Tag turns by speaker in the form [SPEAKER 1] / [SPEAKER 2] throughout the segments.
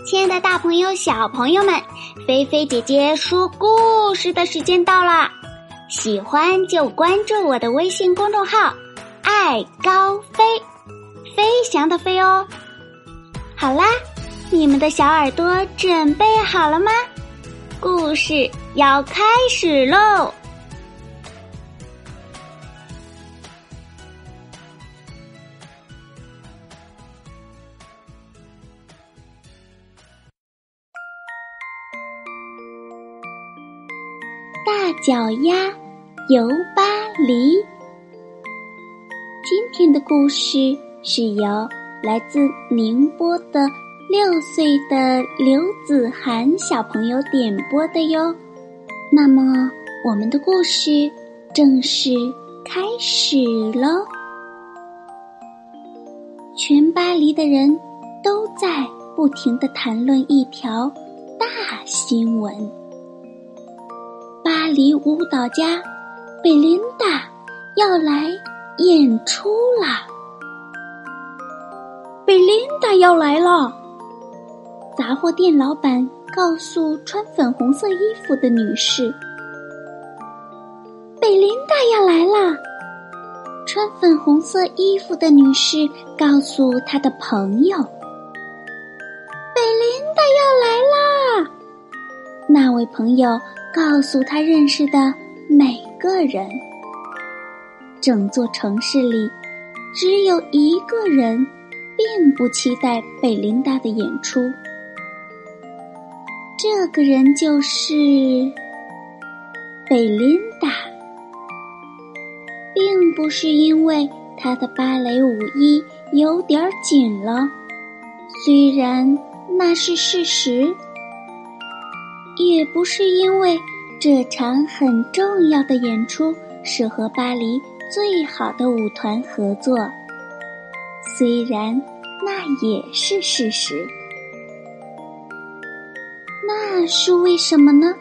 [SPEAKER 1] 亲爱的大朋友小朋友们，菲菲姐姐说故事的时间到了，喜欢就关注我的微信公众号爱高飞，飞翔的飞哦。好啦，你们的小耳朵准备好了吗？故事要开始喽。大脚丫游巴黎。今天的故事是由来自宁波的6岁的刘子涵小朋友点播的哟。那么我们的故事正式开始咯。全巴黎的人都在不停地谈论一条大新闻。巴黎舞蹈家贝琳达要来演出啦！贝琳达要来了！杂货店老板告诉穿粉红色衣服的女士：“贝琳达要来啦！”穿粉红色衣服的女士告诉她的朋友：“贝琳达要来啦！”那位朋友告诉他认识的每个人。整座城市里只有一个人并不期待贝琳达的演出，这个人就是贝琳达。并不是因为她的芭蕾舞衣有点紧了，虽然那是事实，也不是因为这场很重要的演出是和巴黎最好的舞团合作，虽然那也是事实。那是为什么呢？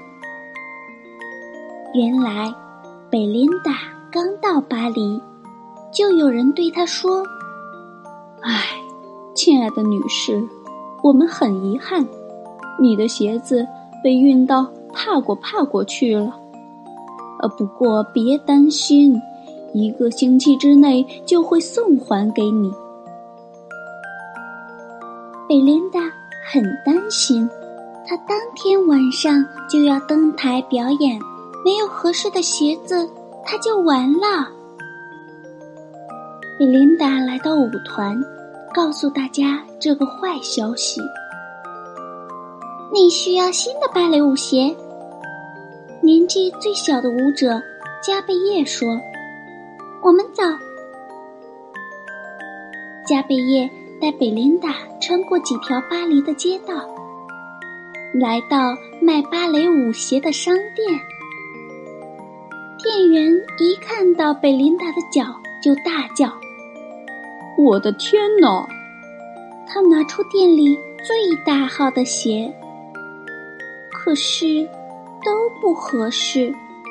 [SPEAKER 1] 原来贝琳达刚到巴黎，就有人对她说：“哎，亲爱的女士，我们很遗憾，你的鞋子被运到帕果去了。不过别担心，1个星期之内就会送还给你。”贝琳达很担心，她当天晚上就要登台表演，没有合适的鞋子，她就完了。贝琳达来到舞团，告诉大家这个坏消息：“你需要新的芭蕾舞鞋。”年纪最小的舞者加贝叶说：“我们走。”加贝叶带贝琳达穿过几条巴黎的街道，来到卖芭蕾舞鞋的商店。店员一看到贝琳达的脚就大叫：“我的天哪！”他拿出店里最大号的鞋，可是都不合适。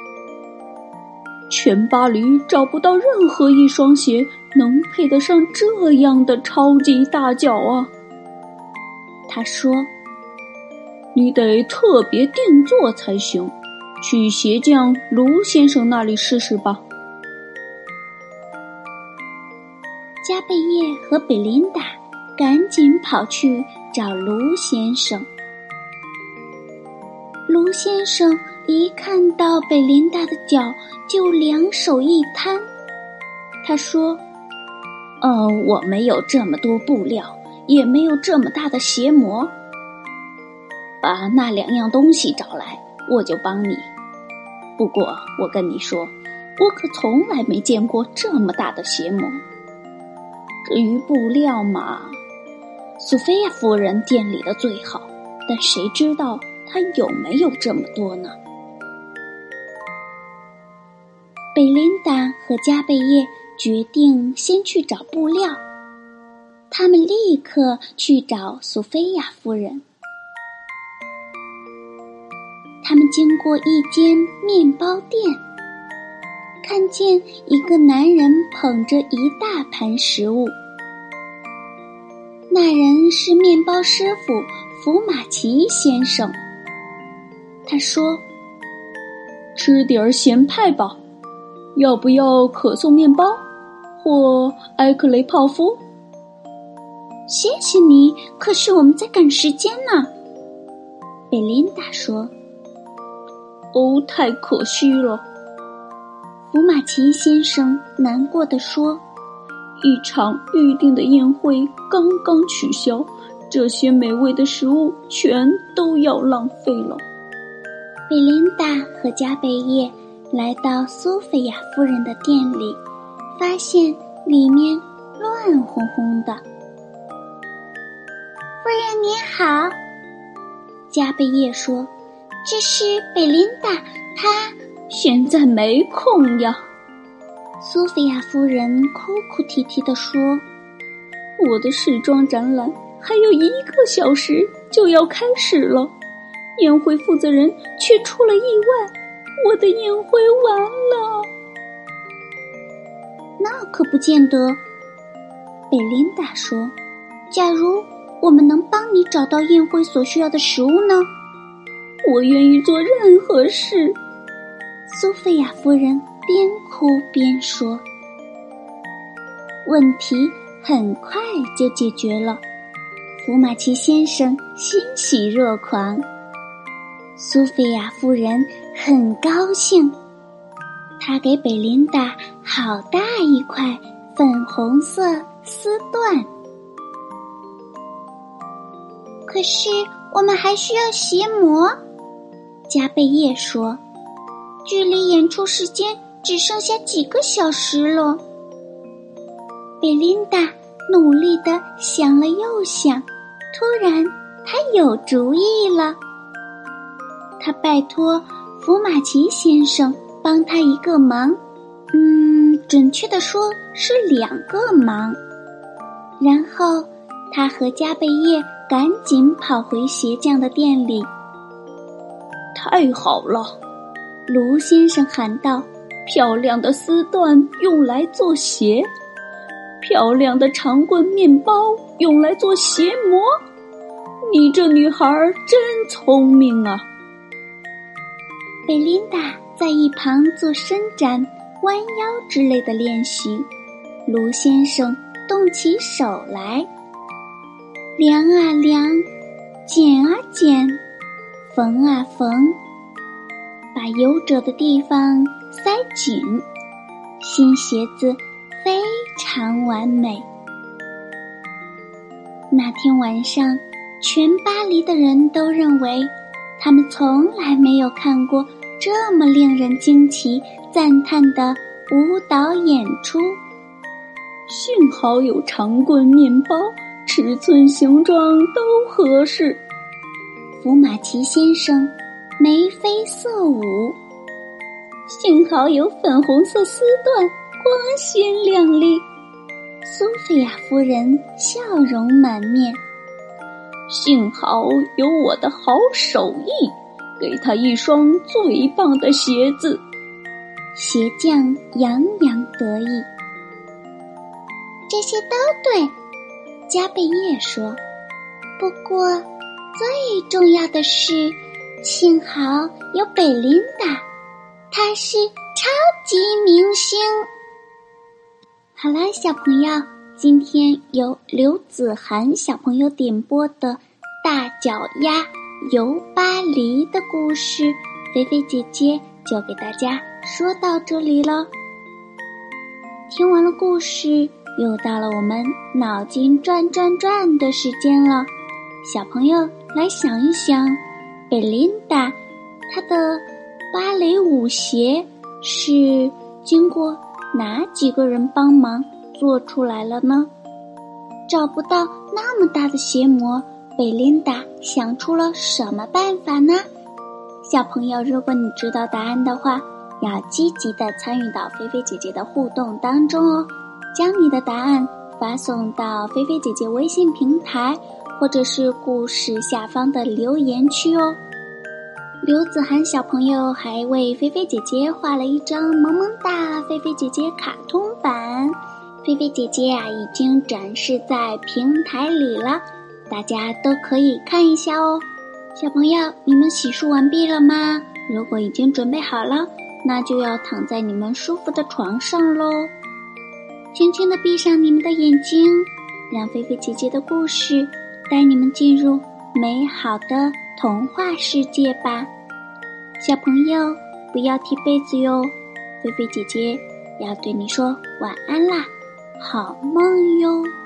[SPEAKER 1] 全巴黎找不到任何一双鞋能配得上这样的超级大脚啊！他说：“你得特别定做才行，去鞋匠卢先生那里试试吧。”加贝叶和贝琳达赶紧跑去找卢先生。卢先生一看到贝琳达的脚就两手一摊，他说：“我没有这么多布料，也没有这么大的鞋模。把那2样东西找来，我就帮你。不过我跟你说，我可从来没见过这么大的鞋模。至于布料嘛，苏菲亚夫人店里的最好，但谁知道他有没有这么多呢？”贝琳达和加贝叶决定先去找布料，他们立刻去找苏菲亚夫人。他们经过一间面包店，看见一个男人捧着一大盘食物。那人是面包师傅福马奇先生。他说：
[SPEAKER 2] 吃点咸派吧，要不要可颂面包或埃克雷泡芙？
[SPEAKER 1] 谢谢你，可是我们在赶时间呢。贝琳达说。
[SPEAKER 2] 哦，太可惜了。
[SPEAKER 1] 福马奇先生难过地说，
[SPEAKER 2] 一场预定的宴会刚刚取消，这些美味的食物全都要浪费了。
[SPEAKER 1] 贝琳达和加贝叶来到苏菲亚夫人的店里，发现里面乱哄哄的。夫人您好，加贝叶说，这是贝琳达，她
[SPEAKER 2] 现在没空呀。
[SPEAKER 1] 苏菲亚夫人哭哭啼啼地说，
[SPEAKER 2] 我的时装展览还有1个小时就要开始了，宴会负责人却出了意外，我的宴会完了。
[SPEAKER 1] 那可不见得，贝琳达说，假如我们能帮你找到宴会所需要的食物呢？
[SPEAKER 2] 我愿意做任何事。
[SPEAKER 1] 苏菲亚夫人边哭边说。问题很快就解决了，福马奇先生欣喜若狂，苏菲亚夫人很高兴，她给贝琳达好大一块粉红色丝缎。可是我们还需要鞋模，加贝叶说，距离演出时间只剩下几个小时了。贝琳达努力地想了又想，突然她有主意了。她拜托福马奇先生帮她一个忙，准确地说是2个忙。然后她和加贝叶赶紧跑回鞋匠的店里。
[SPEAKER 2] 太好了，
[SPEAKER 1] 卢先生喊道，
[SPEAKER 2] 漂亮的丝缎用来做鞋，漂亮的长棍面包用来做鞋模，你这女孩真聪明啊。
[SPEAKER 1] 贝琳达在一旁做伸展、弯腰之类的练习，卢先生动起手来，量啊量，剪啊剪，缝啊缝，把有褶的地方塞紧，新鞋子非常完美。那天晚上，全巴黎的人都认为他们从来没有看过这么令人惊奇赞叹的舞蹈演出。
[SPEAKER 2] 幸好有长棍面包，尺寸形状都合适。
[SPEAKER 1] 福马奇先生眉飞色舞。
[SPEAKER 2] 幸好有粉红色丝缎，光鲜亮丽。
[SPEAKER 1] 苏菲亚夫人笑容满面。
[SPEAKER 2] 幸好有我的好手艺，给他一双最棒的鞋子。
[SPEAKER 1] 鞋匠洋洋得意。这些都对，加贝叶说。不过最重要的是，幸好有贝琳达，她是超级明星。好啦，小朋友，今天由刘子涵小朋友点播的大脚丫游巴黎的故事，菲菲姐姐就给大家说到这里了。听完了故事，又到了我们脑筋转转转的时间了。小朋友来想一想，贝琳达她的芭蕾舞鞋是经过哪几个人帮忙做出来了呢？找不到那么大的鞋模，贝琳达想出了什么办法呢？小朋友，如果你知道答案的话，要积极地参与到菲菲姐姐的互动当中哦，将你的答案发送到菲菲姐姐微信平台，或者是故事下方的留言区哦。刘子涵小朋友还为菲菲姐姐画了一张萌萌哒菲菲姐姐卡通版，菲菲姐姐已经展示在平台里了， 大家都可以看一下哦。小朋友，你们洗漱完毕了吗？如果已经准备好了，那就要躺在你们舒服的床上咯。轻轻地闭上你们的眼睛，让菲菲姐姐的故事带你们进入美好的童话世界吧。小朋友，不要踢被子哟，菲菲姐姐要对你说晚安啦，好梦哟。